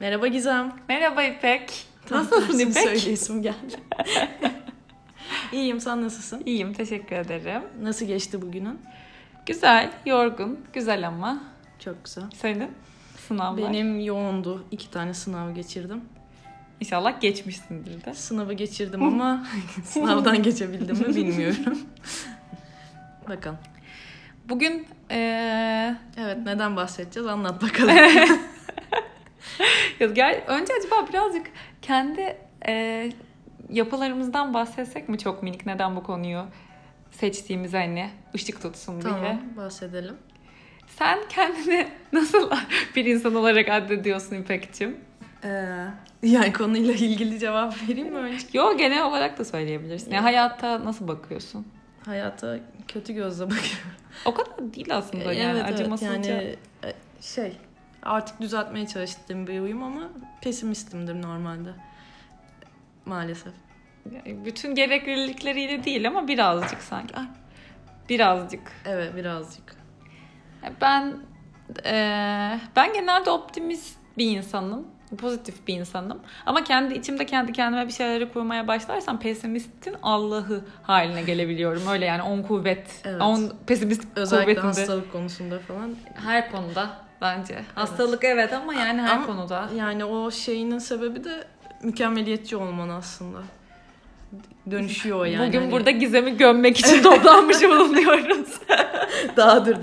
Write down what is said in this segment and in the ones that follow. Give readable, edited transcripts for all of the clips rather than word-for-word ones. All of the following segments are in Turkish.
Merhaba Gizem. Merhaba İpek. Nasılsın Nasılsın İpek? söyleyesim geldi. İyiyim, sen nasılsın? İyiyim, teşekkür ederim. Nasıl geçti bugünün? Güzel, yorgun, güzel ama. Çok güzel. Senin sınavlar? Benim yoğundu. 2 tane sınav geçirdim. İnşallah geçmişsindir de. Sınavı geçirdim ama sınavdan geçebildim mi bilmiyorum. Bakalım. Bugün Evet, neden bahsedeceğiz? Anlat bakalım. önce acaba birazcık kendi yapılarımızdan bahsetsek mi çok minik? Neden bu konuyu seçtiğimiz hani ışık tutsun diye. Tamam, bahsedelim. Sen kendini nasıl bir insan olarak addediyorsun İpek'ciğim? Yani konuyla ilgili cevap vereyim mi önce? Yo, genel olarak da söyleyebilirsin. Yani hayata nasıl bakıyorsun? Hayata kötü gözle bakıyorum. O kadar değil aslında yani Evet, acımasızca. yani artık düzeltmeye çalıştığım bir uyum ama pesimistimdir normalde. Maalesef. Yani bütün gereklilikleriyle değil ama birazcık sanki. Birazcık. Evet, birazcık. Ben genelde optimist bir insanım. Pozitif bir insanım. Ama kendi içimde kendi kendime bir şeyleri kurmaya başlarsam pesimistin Allah'ı haline gelebiliyorum. Öyle yani 10 kuvvet. Evet. 10 pesimist Özellikle kuvvetinde. hastalık konusunda falan. Her konuda bence. Hastalık evet ama yani her konuda. Yani o şeyinin sebebi de mükemmeliyetçi olman aslında. Dönüşüyor yani. Bugün hani... burada Gizem'i gömmek için toplanmış bulunuyoruz. Dağdır.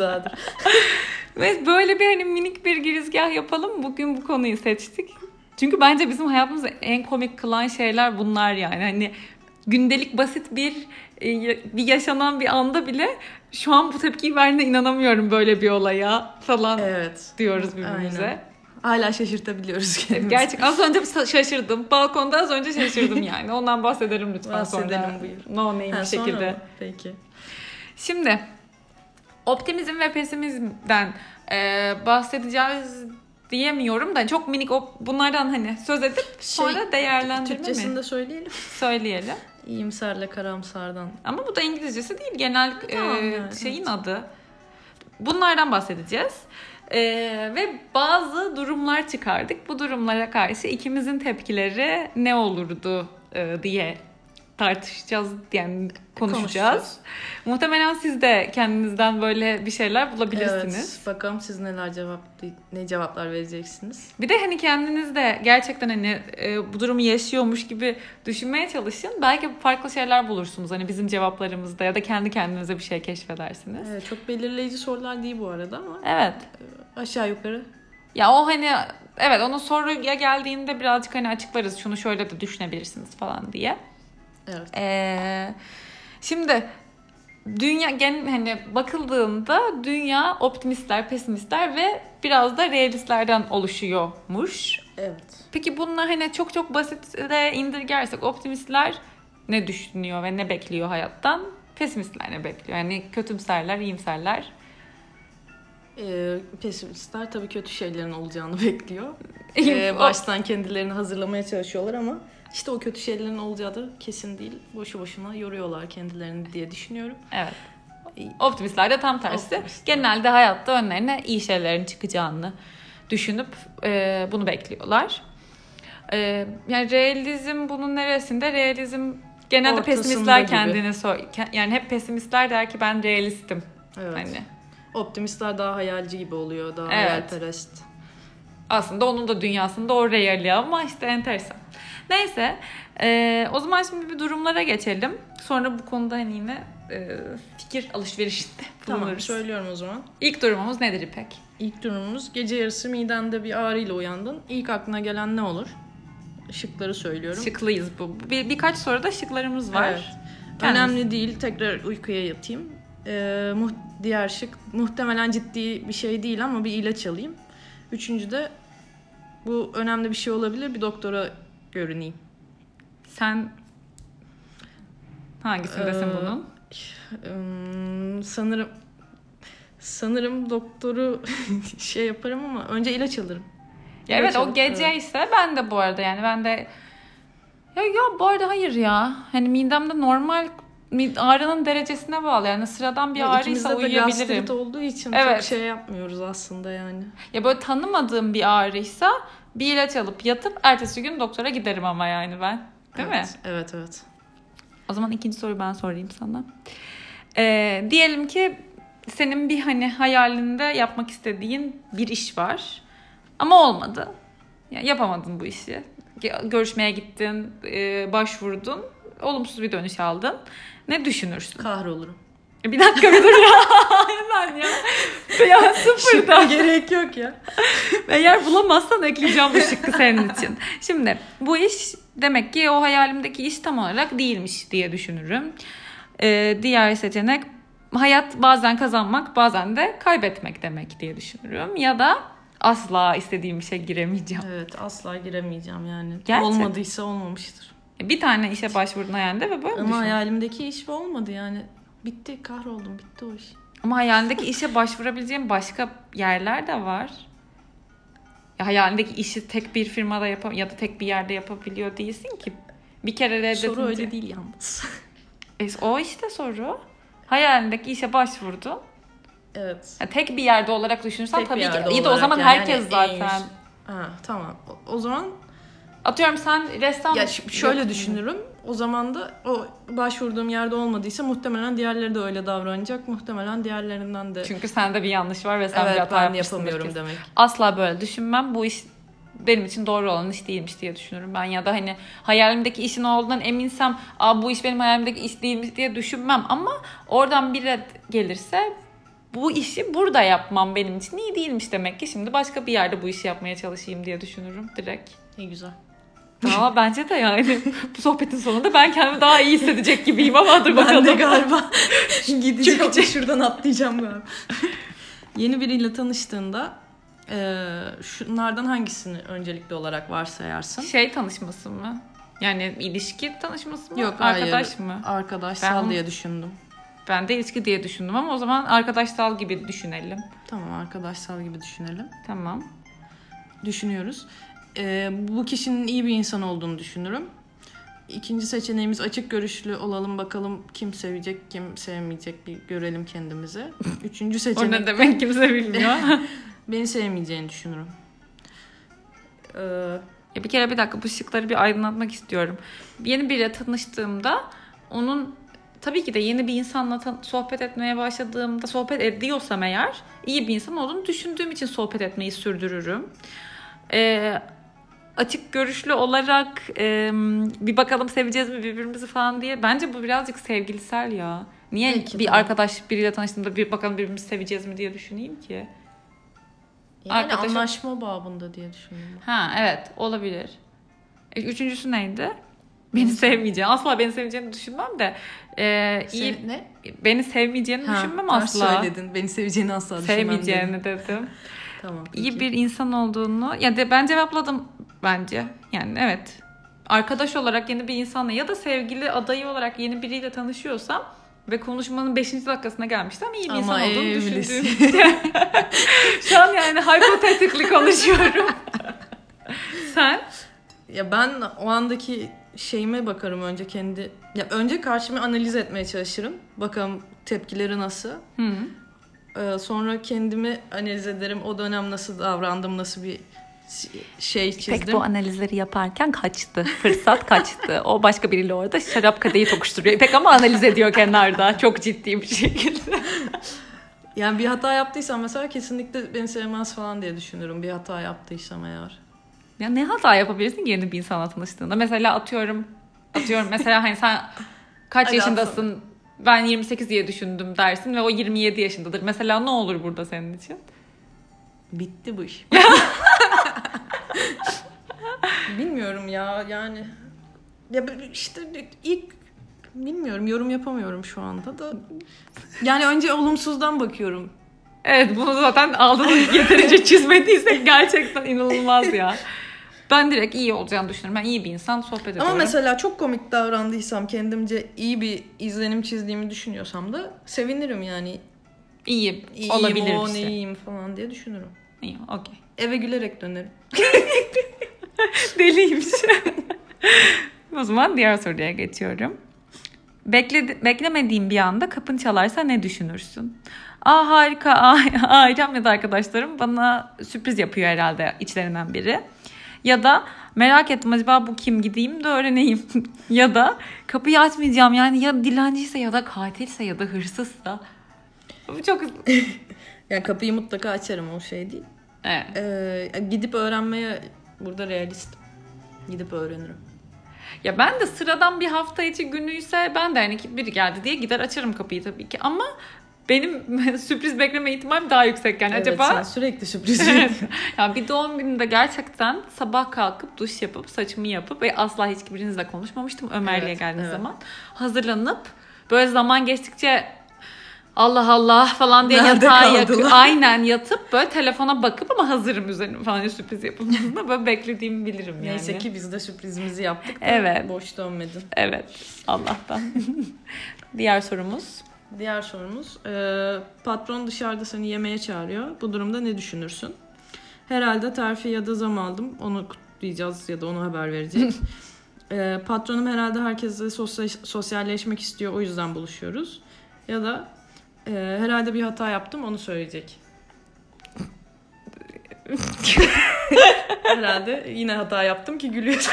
Ve böyle bir hani minik bir girizgah yapalım. Bugün bu konuyu seçtik. Çünkü bence bizim hayatımızda en komik kılan şeyler bunlar yani. Hani gündelik basit bir yaşanan bir anda bile şu an bu tepkiyi verdiğine inanamıyorum böyle bir olaya falan diyoruz birbirimize. Aynen. Hala şaşırtabiliyoruz kendimizi. Gerçekten az önce şaşırdım. Balkonda az önce şaşırdım yani. Ondan bahsedelim lütfen bahsedelim, sonra. Buyur. No name bir şekilde. Peki. Şimdi optimizm ve pesimizmden bahsedeceğiz diyemiyorum da çok minik bunlardan hani söz edip sonra değerlendirme Türkçesini mi? de söyleyelim. Söyleyelim. İyimserle karamsardan. Ama bu da İngilizcesi değil. Genel Yani, şeyin adı. Bunlardan bahsedeceğiz. Ve bazı durumlar çıkardık. Bu durumlara karşı ikimizin tepkileri ne olurdu diye tartışacağız, yani konuşacağız. Muhtemelen siz de kendinizden böyle bir şeyler bulabilirsiniz. Evet, bakalım siz ne cevaplar vereceksiniz. Bir de hani kendiniz de gerçekten hani bu durumu yaşıyormuş gibi düşünmeye çalışın. Belki farklı şeyler bulursunuz hani bizim cevaplarımızda ya da kendi kendinize bir şey keşfedersiniz. Evet, çok belirleyici sorular değil bu arada ama. Evet. Aşağı yukarı. Ya o hani evet, onun soruya geldiğinde birazcık hani açıklarız. Şunu şöyle de düşünebilirsiniz falan diye. Evet. Şimdi dünya hani bakıldığında dünya optimistler, pesimistler ve biraz da realistlerden oluşuyormuş. Evet. Peki bunlar hani çok çok basite indirgersek optimistler ne düşünüyor ve ne bekliyor hayattan? Pesimistler ne bekliyor? Yani kötümserler, iyimserler. Pesimistler tabii kötü şeylerin olacağını bekliyor. Baştan kendilerini hazırlamaya çalışıyorlar ama işte o kötü şeylerin olacağı da kesin değil. Boşu boşuna yoruyorlar kendilerini diye düşünüyorum. Evet. Optimistler de tam tersi. Genelde hayatta önlerine iyi şeylerin çıkacağını düşünüp bunu bekliyorlar. Yani realizm bunun neresinde? Realizm genelde ortasında pesimistler gibi. kendini yani hep pesimistler der ki ben realistim. Evet. Hani. Optimistler daha hayalci gibi oluyor, daha Evet. hayalperest. Aslında onun da dünyasında o reali ama işte enteresan. Neyse, o zaman şimdi bir durumlara geçelim. Sonra bu konuda hani yine fikir alışverişinde bulunuruz. Tamam, söylüyorum o zaman. İlk durumumuz nedir İpek? İlk durumumuz gece yarısı midende bir ağrıyla uyandın. İlk aklına gelen ne olur? Şıkları söylüyorum. Şıklıyız bu. Birkaç soruda şıklarımız var. Evet. Önemli değil. Tekrar uykuya yatayım. Diğer şık muhtemelen ciddi bir şey değil ama bir ilaç alayım. Üçüncü de bu önemli bir şey olabilir. Bir doktora görüneyim. Sen hangisindesin bunun? Sanırım doktoru şey yaparım ama önce ilaç alırım. Ya evet, o gece ise ben de bu arada yani ben de ya bu arada hayır ya. Hani midemde normal ağrının derecesine bağlı. Yani sıradan bir ağrıysa uyuyabilirim. Gastrit olduğu için evet. çok şey yapmıyoruz aslında yani. Ya böyle tanımadığım bir ağrıysa bir ilaç alıp yatıp ertesi gün doktora giderim ama yani ben. Değil mi? Evet, evet. O zaman ikinci soruyu ben sorayım sana. Diyelim ki senin bir hani hayalinde yapmak istediğin bir iş var. Ama olmadı. Yani yapamadın bu işi. Görüşmeye gittin, başvurdun. Olumsuz bir dönüş aldın. Ne düşünürsün? Kahrolurum. Bir dakika bir dur ya. Hemen ya. Ya sıfırda. Gerek yok ya. Eğer bulamazsan ekleyeceğim bu şıkkı senin için. Şimdi bu iş demek ki o hayalimdeki iş tam olarak değilmiş diye düşünürüm. Diğer seçenek hayat bazen kazanmak bazen de kaybetmek demek diye düşünürüm. Ya da asla istediğim işe giremeyeceğim. Evet, asla giremeyeceğim yani. Gerçek. Olmadıysa olmamıştır. Bir tane işe başvurdun hayalinde ve böyle mi Ama düşünüyorsun? hayalimdeki iş olmadı yani. Bitti, kahroldum, bitti o iş. Ama hayalindeki işe başvurabileceğin başka yerler de var. Ya hayalindeki işi tek bir firmada ya da tek bir yerde yapabiliyor değilsin ki. Bir kere reddetince... Soru öyle değil yalnız. O işte soru. Hayalindeki işe başvurdun. Evet. Ya tek bir yerde olarak düşünürsen Tek bir tabii ki. yerde İyi de o olarak zaman yani herkes hani zaten. Ha, tamam. O zaman Atıyorum sen ressam... ya şöyle düşünürüm. O zaman da o başvurduğum yerde olmadıysa muhtemelen diğerleri de öyle davranacak. Muhtemelen diğerlerinden de. Çünkü sende bir yanlış var ve sen bir Evet, hata ben yapmışsındır yapamıyorum kesin. demek. Asla böyle düşünmem. Bu iş benim için doğru olan iş değilmiş diye düşünürüm ben. Ya da hani hayalimdeki işin olduğundan eminsem bu iş benim hayalimdeki iş değilmiş diye düşünmem. Ama oradan bir red gelirse bu işi burada yapmam benim için iyi değilmiş demek ki. Şimdi başka bir yerde bu işi yapmaya çalışayım diye düşünürüm direkt. İyi, güzel. Ama bence de yani bu sohbetin sonunda ben kendimi daha iyi hissedecek gibiyim ama dur bakalım. Ben de galiba gideceğim. Şuradan atlayacağım galiba. Yeni biriyle tanıştığında şunlardan hangisini öncelikli olarak varsayarsın? Tanışması mı? Yani ilişki tanışması mı? Yok, Arkadaş hayır. mı? Arkadaşsal diye düşündüm. Ben de ilişki diye düşündüm ama o zaman arkadaşsal gibi düşünelim. Tamam, arkadaşsal gibi düşünelim. Tamam. Düşünüyoruz. Bu kişinin iyi bir insan olduğunu düşünürüm. İkinci seçeneğimiz açık görüşlü olalım, bakalım kim sevecek, kim sevmeyecek, bir görelim kendimizi. Üçüncü seçenek... O ne demek kimse bilmiyor. Beni sevmeyeceğini düşünürüm. Bir kere bir dakika bu şıkları bir aydınlatmak istiyorum. Yeni biriyle tanıştığımda onun tabii ki de yeni bir insanla sohbet etmeye başladığımda sohbet ediyorsam eğer iyi bir insan olduğunu düşündüğüm için sohbet etmeyi sürdürürüm. Açık görüşlü olarak bir bakalım seveceğiz mi birbirimizi falan diye. Bence bu birazcık sevgilisel ya. Niye Peki, bir tamam. arkadaş biriyle tanıştığımda bir bakalım birbirimizi seveceğiz mi diye düşüneyim ki? Yani anlaşma babında diye düşünüyorum. Ha evet olabilir. Üçüncüsü neydi? Beni sevmeyeceğini. Asla beni seveceğini düşünmem de. İyi, Ne? Beni sevmeyeceğini düşünmem asla. Söyledin. Beni seveceğini asla düşünmem. Sevmeyeceğini dedim. Tamam. Peki. İyi bir insan olduğunu. Ya de ben cevapladım bence. Yani evet. Arkadaş olarak yeni bir insanla ya da sevgili adayı olarak yeni biriyle tanışıyorsam ve konuşmanın 5. dakikasına gelmiştim iyi bir insan olduğunu düşündüğüm. Şu an yani hypothetically konuşuyorum. Sen? Ya ben o andaki şeyime bakarım önce kendi. Ya önce karşımı analiz etmeye çalışırım. Bakalım tepkileri nasıl. Sonra kendimi analiz ederim. O dönem nasıl davrandım, nasıl bir şey çizdim. Pek bu analizleri yaparken kaçtı. Fırsat kaçtı. O başka biriyle orada şarap kadehi tokuşturuyor. İpek ama analiz ediyor kenarda. Çok ciddi bir şekilde. Yani bir hata yaptıysam mesela kesinlikle beni sevmez falan diye düşünürüm. Bir hata yaptıysam eğer. Ya ne hata yapabilirsin ki yeni bir insanla tanıştığında? Mesela atıyorum mesela hani sen kaç Hadi yaşındasın? atalım. Ben 28 diye düşündüm dersin ve o 27 yaşındadır. Mesela ne olur burada senin için? Bitti bu iş. Bilmiyorum ya yani. Ya işte ilk bilmiyorum, yorum yapamıyorum şu anda da. Yani önce olumsuzdan bakıyorum. Evet bunu zaten aldığınız yeterince çizmediysek gerçekten inanılmaz ya. Ben direkt iyi olacağını düşünüyorum. Ben iyi bir insan sohbet ediyorum. Ama mesela çok komik davrandıysam, kendimce iyi bir izlenim çizdiğimi düşünüyorsam da sevinirim yani. İyi İyiyim, olabilir o bir şey. iyiyim falan diye düşünürüm. İyi, okey. Eve gülerek dönerim. Deliymiş. O zaman diğer soruya geçiyorum. Beklemediğim bir anda kapın çalarsa ne düşünürsün? Harika. Ailem ya da arkadaşlarım bana sürpriz yapıyor herhalde içlerinden biri. Ya da merak ettim acaba bu kim, gideyim de öğreneyim. Ya da kapıyı açmayacağım yani, ya dilenciyse ya da katilse ya da hırsızsa. Bu çok... Yani kapıyı mutlaka açarım, o şey değil. Evet. Gidip öğrenmeye burada realistim. Gidip öğrenirim. Ya ben de sıradan bir hafta içi günüyse ben de hani biri geldi diye gider açarım kapıyı tabii ki. Ama benim sürpriz bekleme ihtimalim daha yüksek yani. Evet, Acaba sen sürekli sürpriz yapıyorsun. ya bir doğum gününde gerçekten sabah kalkıp duş yapıp saçımı yapıp ve asla hiçbirinizle konuşmamıştım Ömer'le geldiğiniz zaman. Hazırlanıp böyle zaman geçtikçe Allah Allah falan diye Nerede yatağa aynen yatıp böyle telefona bakıp ama hazırım üzerine falan sürpriz yapıldığında böyle beklediğimi bilirim yani. Neyse ki biz de sürprizimizi yaptık da Evet. boş dönmedin. Evet, Allah'tan. Diğer sorumuz. Diğer sorumuz. Patron dışarıda seni yemeğe çağırıyor. Bu durumda ne düşünürsün? Herhalde terfi ya da zam aldım. Onu kutlayacağız ya da onu haber verecek. Patronum herhalde herkesle sosyalleşmek istiyor. O yüzden buluşuyoruz. Ya da herhalde bir hata yaptım, onu söyleyecek. Herhalde yine hata yaptım ki gülüyorsun.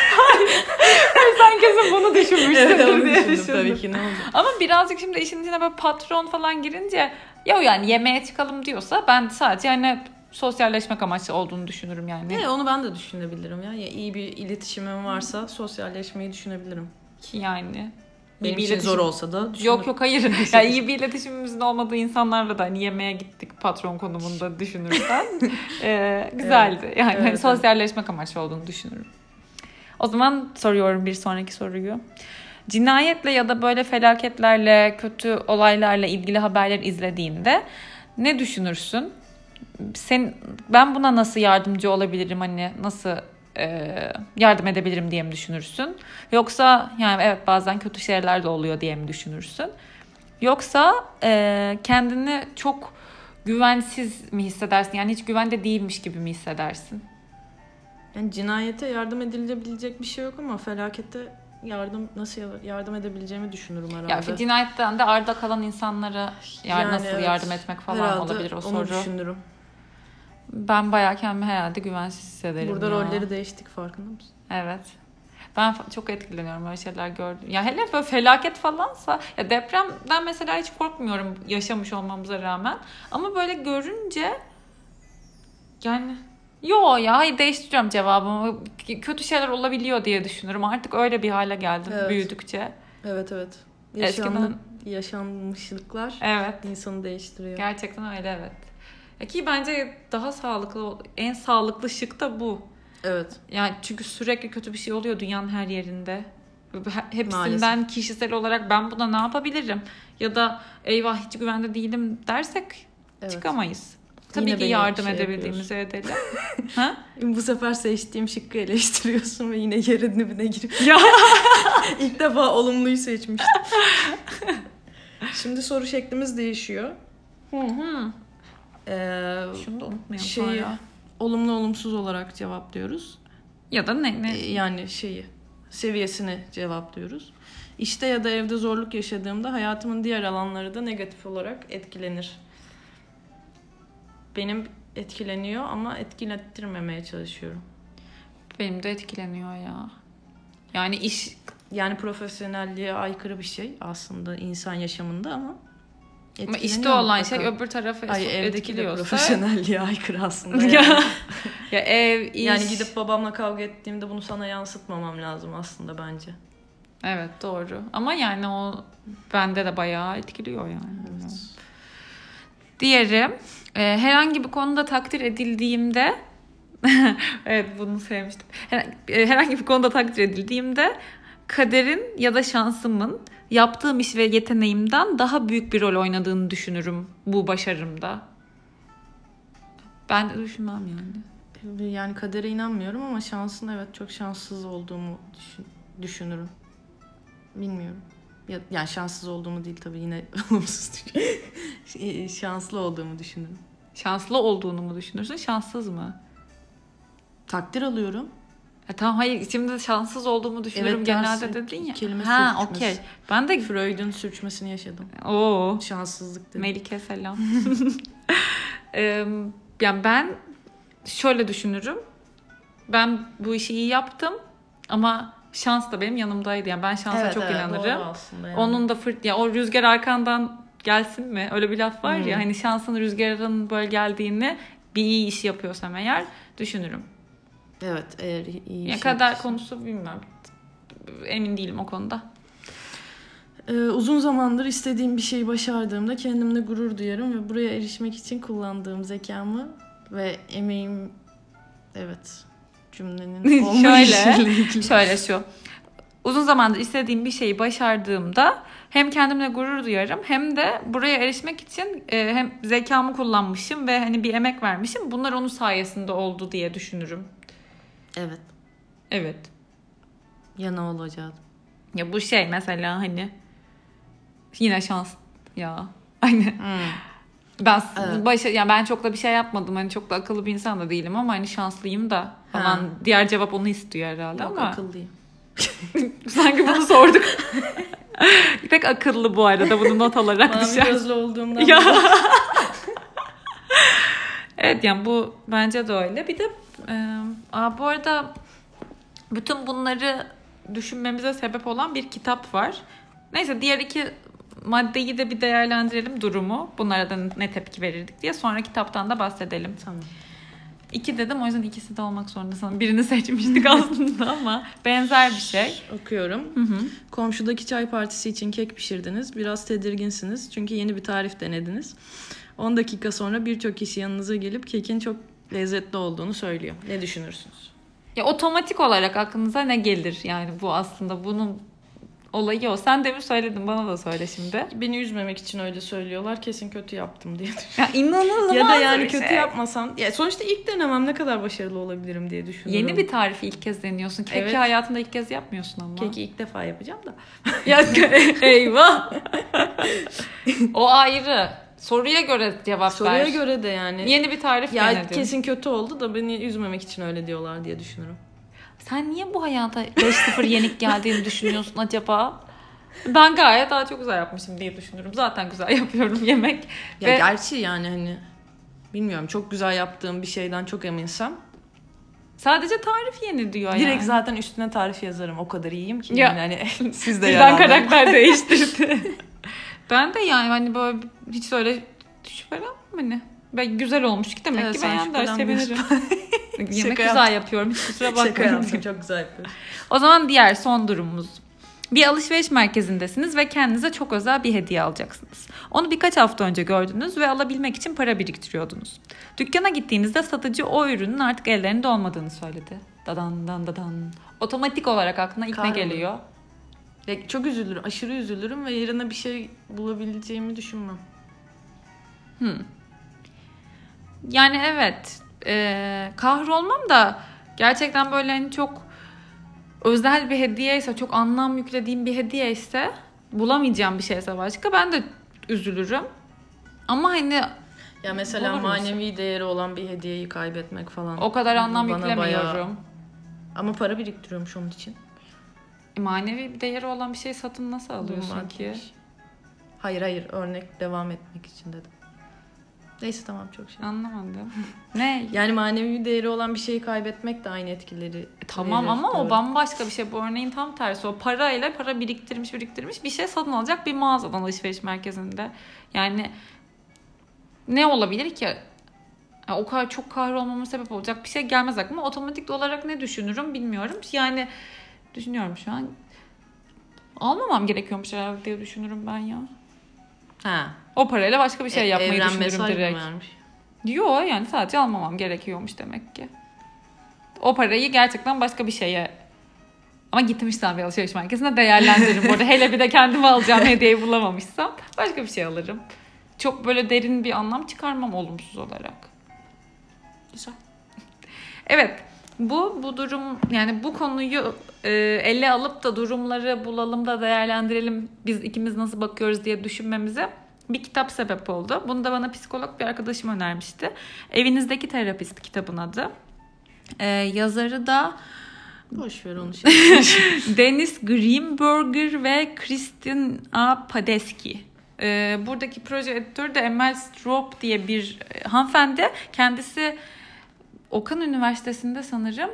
Sen kesin bunu düşünmüşsün Evet, onu diye düşündüm düşündüm. tabii ki, ne olacak. Ama birazcık şimdi işin içine böyle patron falan girince ya yani yemeğe çıkalım diyorsa ben sadece hani sosyalleşmek amaçlı olduğunu düşünürüm yani. Onu ben de düşünebilirim ya. İyi bir iletişimim varsa sosyalleşmeyi düşünebilirim. Ki yani. Benim için zor olsa da düşünürüm. Yok hayır. Yani iyi bir iletişimimizin olmadığı insanlarla da hani yemeğe gittik patron konumunda düşünürsen güzeldi. Yani evet, sosyalleşmek amaçlı olduğunu düşünürüm. O zaman soruyorum bir sonraki soruyu. Cinayetle ya da böyle felaketlerle, kötü olaylarla ilgili haberler izlediğinde ne düşünürsün? Ben buna nasıl yardımcı olabilirim, hani nasıl yardım edebilirim diye mi düşünürsün? Yoksa yani evet bazen kötü şeyler de oluyor diye mi düşünürsün? Yoksa kendini çok güvensiz mi hissedersin? Yani hiç güvende değilmiş gibi mi hissedersin? Yani cinayete yardım edilebilecek bir şey yok ama felakete nasıl yardım edebileceğimi düşünürüm herhalde. Ya cinayetten de arda kalan insanlara Yani nasıl evet, yardım etmek falan herhalde olabilir o soru. onu düşünürüm. Ben bayağı kendimi herhalde güvensiz hissederim. Burada ya. rolleri değiştik, farkında mısın? Evet. Ben çok etkileniyorum öyle şeyler gördüm. Ya hele böyle felaket falansa, ya depremden mesela hiç korkmuyorum yaşamış olmamıza rağmen. Ama böyle görünce yani hayır değiştiriyorum cevabımı. Kötü şeyler olabiliyor diye düşünürüm. Artık öyle bir hale geldim büyüdükçe. Evet. Eskiden Yaşanmışlıklar insanı değiştiriyor. Gerçekten öyle, evet. Ki bence daha sağlıklı, en sağlıklı şık da bu. Evet. Yani çünkü sürekli kötü bir şey oluyor dünyanın her yerinde. Hepsinden Maalesef. kişisel olarak ben buna ne yapabilirim? Ya da eyvah hiç güvende değilim dersek çıkamayız. Tabii Yine ki yardım edebildiğimizi edelim. Ha? Bu sefer seçtiğim şıkkı eleştiriyorsun ve yine yerin dibine giriyorsun. Ya. İlk defa olumluyu seçmiştim. Şimdi soru şeklimiz değişiyor. Şunu da unutmayalım Şeyi sonra. olumlu olumsuz olarak cevaplıyoruz. Ya da ne? Yani seviyesini cevaplıyoruz. İşte ya da evde zorluk yaşadığımda hayatımın diğer alanları da negatif olarak etkilenir. Benim etkileniyor ama etkilettirmemeye çalışıyorum. Benim de etkileniyor ya. Yani yani profesyonelliğe aykırı bir şey aslında insan yaşamında ama işte olan mutlaka. şey öbür tarafı evdeki de etkiliyorsa. Profesyonelliğe aykırı aslında. Yani. Ya ev, iş. Yani gidip babamla kavga ettiğimde bunu sana yansıtmamam lazım aslında bence. Evet doğru. Ama yani o bende de bayağı etkiliyor yani. Evet. Diğeri herhangi bir konuda takdir edildiğimde evet bunu sevmiştim. Herhangi bir konuda takdir edildiğimde kaderin ya da şansımın yaptığım iş ve yeteneğimden daha büyük bir rol oynadığını düşünürüm bu başarımda. Ben de düşünmem yani. Yani kadere inanmıyorum ama şansın çok şanssız olduğumu düşünürüm. Bilmiyorum. Yani şanssız olduğumu değil tabii, yine olumsuz şanslı olduğumu düşünürüm. Şanslı olduğunu mu düşünürsün? Şanssız mı? Takdir alıyorum. Tamam hayır, şimdi şanssız olduğumu düşünüyorum genelde dedin ya. Kelime sürçmesi. Okey. Ben de Freud'un sürçmesini yaşadım. Oo. Şanssızlık dedim. Melike selam. Yani ben şöyle düşünürüm. Ben bu işi iyi yaptım ama şans da benim yanımdaydı. Yani ben şansa çok inanırım. Yani. Onun da ya o rüzgar arkandan gelsin mi? Öyle bir laf var ya, hani şansın rüzgarın böyle geldiğini bir iyi iş yapıyorsam eğer düşünürüm. Evet, eğer iyi ya kader konusu bilmiyorum. Emin değilim o konuda. Uzun zamandır istediğim bir şeyi başardığımda kendimle gurur duyarım ve buraya erişmek için kullandığım zekamı ve emeğim, evet, cümlenin olmayışıyla ilgili. Şöyle şu. Uzun zamandır istediğim bir şeyi başardığımda hem kendimle gurur duyarım hem de buraya erişmek için hem zekamı kullanmışım ve hani bir emek vermişim. Bunlar onun sayesinde oldu diye düşünürüm. Evet. Evet. Ya ne olacak? Ya bu şey mesela hani yine şans ya. Hani ben yani ben çok da bir şey yapmadım. Hani çok da akıllı bir insan da değilim ama hani şanslıyım da falan. Diğer cevap onu istiyor herhalde. Yok, ama akıllıyım. Sanki bunu sorduk. Pek akıllı bu arada, bunu not alarak düşer. Mavi gözlü olduğumdan. Ya. Evet, yani bu bence de öyle. Bir de bu arada bütün bunları düşünmemize sebep olan bir kitap var. Neyse, diğer iki maddeyi de bir değerlendirelim, durumu. Bunlara da ne tepki verirdik diye. Sonra kitaptan da bahsedelim. Tamam. 2 dedim, o yüzden ikisi de olmak zorunda sanırım. Birini seçmiştik aslında ama benzer bir şey. Okuyorum. Komşudaki çay partisi için kek pişirdiniz. Biraz tedirginsiniz çünkü yeni bir tarif denediniz. 10 dakika sonra birçok kişi yanınıza gelip kekin çok lezzetli olduğunu söylüyor. Ne düşünürsünüz? Ya otomatik olarak aklınıza ne gelir? Yani bu aslında bunun olayı o. Sen demin söyledin, bana da söyle şimdi. Beni üzmemek için öyle söylüyorlar. Kesin kötü yaptım diye düşünüyorum. Ya inanılmaz ya da yani bir kötü şey. yapmasam. Ya sonuçta ilk denemem, ne kadar başarılı olabilirim diye düşünüyorum. Yeni bir tarifi ilk kez deniyorsun. Keki Evet. hayatında ilk kez yapmıyorsun ama. Keki ilk defa yapacağım da. Ya eyvah. O ayrı. Soruya göre cevap ver. Soruya göre de yani. Yeni bir tarif ya denedin. Kesin kötü oldu da beni üzmemek için öyle diyorlar diye düşünürüm. Sen niye bu hayata 5-0 yenik geldiğini düşünüyorsun acaba? Ben gayet daha çok güzel yapmışım diye düşünürüm. Zaten güzel yapıyorum yemek. Ya gerçi yani hani bilmiyorum, çok güzel yaptığım bir şeyden çok eminsem. Sadece tarif yeni diyor yani. Direkt zaten üstüne tarif yazarım. O kadar iyiyim ki. Ya. Yani hani siz de birden karakter değiştirdi. Ben de yani hani böyle hiç öyle şüphelenmem hani. Ben güzel olmuş ki demek ki beğendiler, sevinirim. Yemek güzel yapıyorum. Hiç kusura bakmayın. Şaka yaptım, çok güzel yapıyorum. O zaman diğer son durumumuz. Bir alışveriş merkezindesiniz ve kendinize çok özel bir hediye alacaksınız. Onu birkaç hafta önce gördünüz ve alabilmek için para biriktiriyordunuz. Dükkana gittiğinizde satıcı o ürünün artık ellerinde olmadığını söyledi. Dadan dan dadan. Otomatik olarak aklına ilk ne geliyor? Ya çok üzülürüm, aşırı üzülürüm ve yerine bir şey bulabileceğimi düşünmem. Yani evet, kahrolmam da gerçekten böyle hani çok özel bir hediye ise, çok anlam yüklediğim bir hediye ise, bulamayacağım bir şeyse başka, ben de üzülürüm. Ama hani ya mesela manevi değeri olan bir hediyeyi kaybetmek falan. O kadar anlam yüklemiyorum. Bayağı... Ama para biriktiriyormuş onun için. Manevi bir değeri olan bir şey satın nasıl alıyorsun ki? Hayır, örnek devam etmek için dedim. Neyse, tamam, çok şey. Anlamadım. Ne? Yani manevi değeri olan bir şeyi kaybetmek de aynı etkileri tamam verir, ama doğru. O bambaşka bir şey. Bu örneğin tam tersi. O parayla, para biriktirmiş bir şey satın alacak bir mağazadan, alışveriş merkezinde. Yani ne olabilir ki? Yani o kadar çok kahrolmama sebep olacak bir şey gelmez aklıma. Otomatik olarak ne düşünürüm bilmiyorum. Yani düşünüyorum şu an. Almamam gerekiyormuş herhalde diye düşünürüm ben ya. Ha. O parayla başka bir şey yapmayı Evren düşünürüm mesaj direkt. mı vermiş? Yok, yani sadece almamam gerekiyormuş demek ki. O parayı gerçekten başka bir şeye, ama gitmişsem bir alışveriş merkezine değerlendiririm. Bu arada hele bir de kendime alacağım hediyeyi bulamamışsam başka bir şey alırım. Çok böyle derin bir anlam çıkarmam olumsuz olarak. Güzel. Evet, bu durum, yani bu konuyu ele alıp da durumları bulalım da değerlendirelim, biz ikimiz nasıl bakıyoruz diye düşünmemize bir kitap sebep oldu. Bunu da bana psikolog bir arkadaşım önermişti. Evinizdeki Terapist kitabın adı. Yazarı da boş ver onu. Dennis Greenberger ve Christina Padeski. Buradaki proje editörü de Emel Straub diye bir hanımefendi. Kendisi Okan Üniversitesi'nde sanırım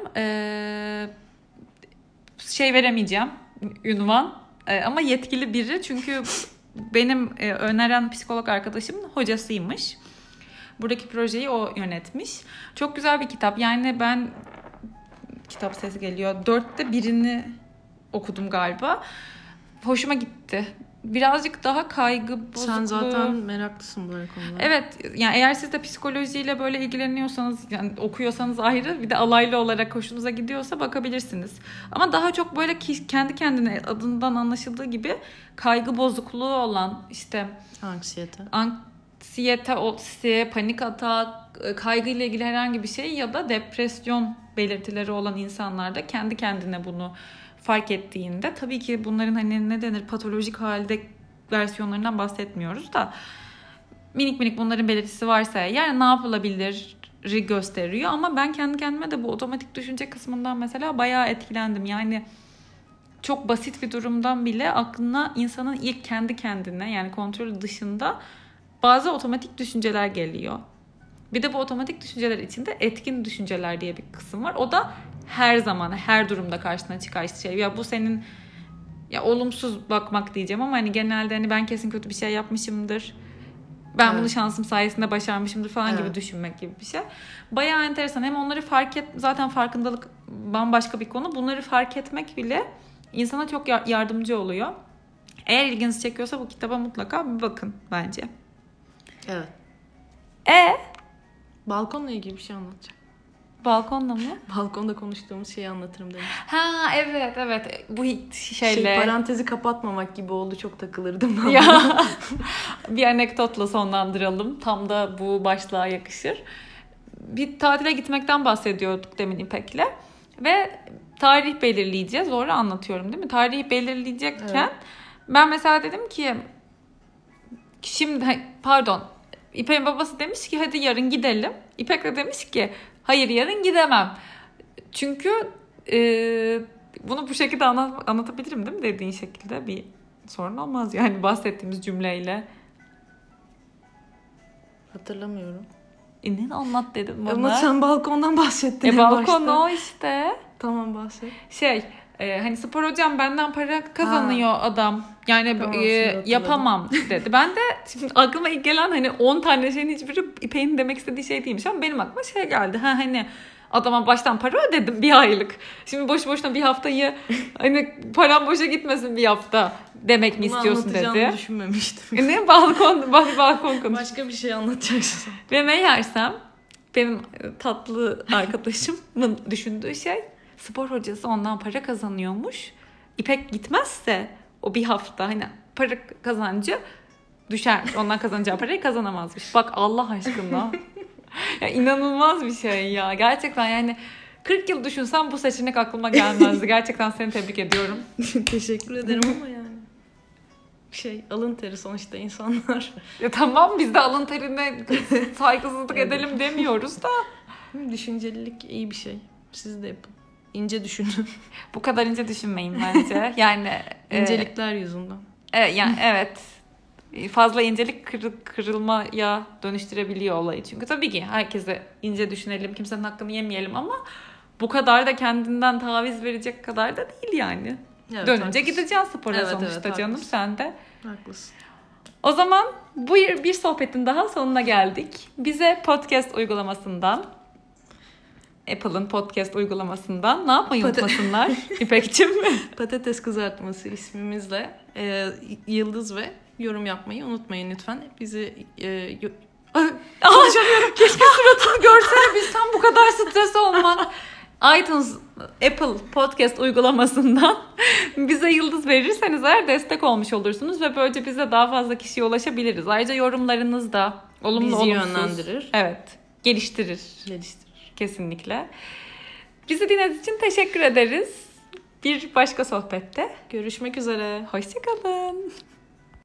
veremeyeceğim ünvan. Ama yetkili biri, çünkü benim öneren psikolog arkadaşımın hocasıymış. Buradaki projeyi o yönetmiş. Çok güzel bir kitap. Yani ben, kitap sesi geliyor, 4'te birini okudum galiba. Hoşuma gitti. Birazcık daha kaygı bozukluğu. Sen zaten meraklısın böyle konulara. Evet, yani eğer siz de psikolojiyle böyle ilgileniyorsanız, yani okuyorsanız ayrı, bir de alaylı olarak hoşunuza gidiyorsa bakabilirsiniz. Ama daha çok böyle kendi kendine, adından anlaşıldığı gibi kaygı bozukluğu olan, işte anksiyete, panik atak, kaygıyla ilgili herhangi bir şey ya da depresyon belirtileri olan insanlarda kendi kendine bunu fark ettiğinde, tabii ki bunların hani ne denir, patolojik halde versiyonlarından bahsetmiyoruz da, minik bunların belirtisi varsa eğer ne yapılabilir gösteriyor. Ama ben kendi kendime de bu otomatik düşünce kısmından mesela bayağı etkilendim. Yani çok basit bir durumdan bile aklına insanın ilk kendi kendine, yani kontrol dışında bazı otomatik düşünceler geliyor. Bir de bu otomatik düşünceler içinde etkin düşünceler diye bir kısım var. O da her zaman, her durumda karşına çıkan şey. Ya bu senin, ya olumsuz bakmak diyeceğim ama hani genelde hani ben kesin kötü bir şey yapmışımdır, ben bunu şansım sayesinde başarmışımdır falan gibi düşünmek gibi bir şey. Bayağı enteresan. Hem onları zaten farkındalık bambaşka bir konu. Bunları fark etmek bile insana çok yardımcı oluyor. Eğer ilginizi çekiyorsa bu kitaba mutlaka bir bakın bence. Evet. Balkonla ilgili bir şey anlatacak. Balkonla mı? Balkonda konuştuğumuz şeyi anlatırım demiş. Ha evet. Bu şeyle. Parantezi kapatmamak gibi oldu. Çok takılırdım. Ya. Bir anekdotla sonlandıralım. Tam da bu başlığa yakışır. Bir tatile gitmekten bahsediyorduk demin İpek'le. Ve tarih belirleyeceğiz. Doğru anlatıyorum değil mi? Tarih belirleyecekken ben mesela dedim ki İpek'in babası demiş ki hadi yarın gidelim. İpek de demiş ki hayır, yarın gidemem. Çünkü bunu bu şekilde anlatabilirim değil mi, dediğin şekilde bir sorun olmaz. Yani bahsettiğimiz cümleyle. Hatırlamıyorum. Ne anlat dedim bana. Ama sen balkondan bahsettin. Balkon o işte. Tamam, bahset. Hani spor hocam benden para kazanıyor adam. Yani tamam, yapamam dedi. Ben de şimdi aklıma ilk gelen hani 10 tane şeyin hiçbiri İpek'in demek istediği şey değilmiş ama benim aklıma geldi. Hani adama baştan para ödedim bir aylık. Şimdi boş boşuna bir haftayı hani param boşa gitmesin bir hafta demek mi istiyorsun dedi. Bunu anlatacağımı düşünmemiştim. Ne balkon konuş. Başka bir şey anlatacaksın. Ve meğersem benim tatlı arkadaşımın düşündüğü şey, spor hocası ondan para kazanıyormuş. İpek gitmezse o bir hafta hani para kazancı düşermiş. Ondan kazanacağı parayı kazanamazmış. Bak Allah aşkına. Ya inanılmaz bir şey ya. Gerçekten yani 40 yıl düşünsem bu seçenek aklıma gelmezdi. Gerçekten seni tebrik ediyorum. Teşekkür ederim ama yani. Alın teri sonuçta insanlar. Ya tamam, biz de alın terine saygısızlık edelim demiyoruz da. Düşüncelilik iyi bir şey. Siz de yapın. İnce düşünün. Bu kadar ince düşünmeyin bence. Yani İncelikler yüzünden. Yani evet. Fazla incelik kırılmaya dönüştürebiliyor olayı. Çünkü tabii ki herkese ince düşünelim, kimsenin hakkını yemeyelim ama bu kadar da kendinden taviz verecek kadar da değil yani. Evet, dönünce haklısın. Gideceğiz spora sonuçta canım, haklısın. Sen de. Haklısın. O zaman bu bir sohbetin daha sonuna geldik. Bize podcast uygulamasından, Apple'ın podcast uygulamasından ne yapmayı unutmasınlar İpek'cim? Patates kızartması ismimizle yıldız ve yorum yapmayı unutmayın lütfen. Bizi konuşamıyorum. Keşke suratını görsene, bilsem bu kadar stres olmak. iTunes, Apple Podcast uygulamasından bize yıldız verirseniz eğer destek olmuş olursunuz ve böylece bize daha fazla kişiye ulaşabiliriz. Ayrıca yorumlarınız da olumlu bizi olumsuz yönlendirir. Evet. Geliştirir. Kesinlikle. Bizi dinlediğiniz için teşekkür ederiz. Bir başka sohbette görüşmek üzere. Hoşçakalın.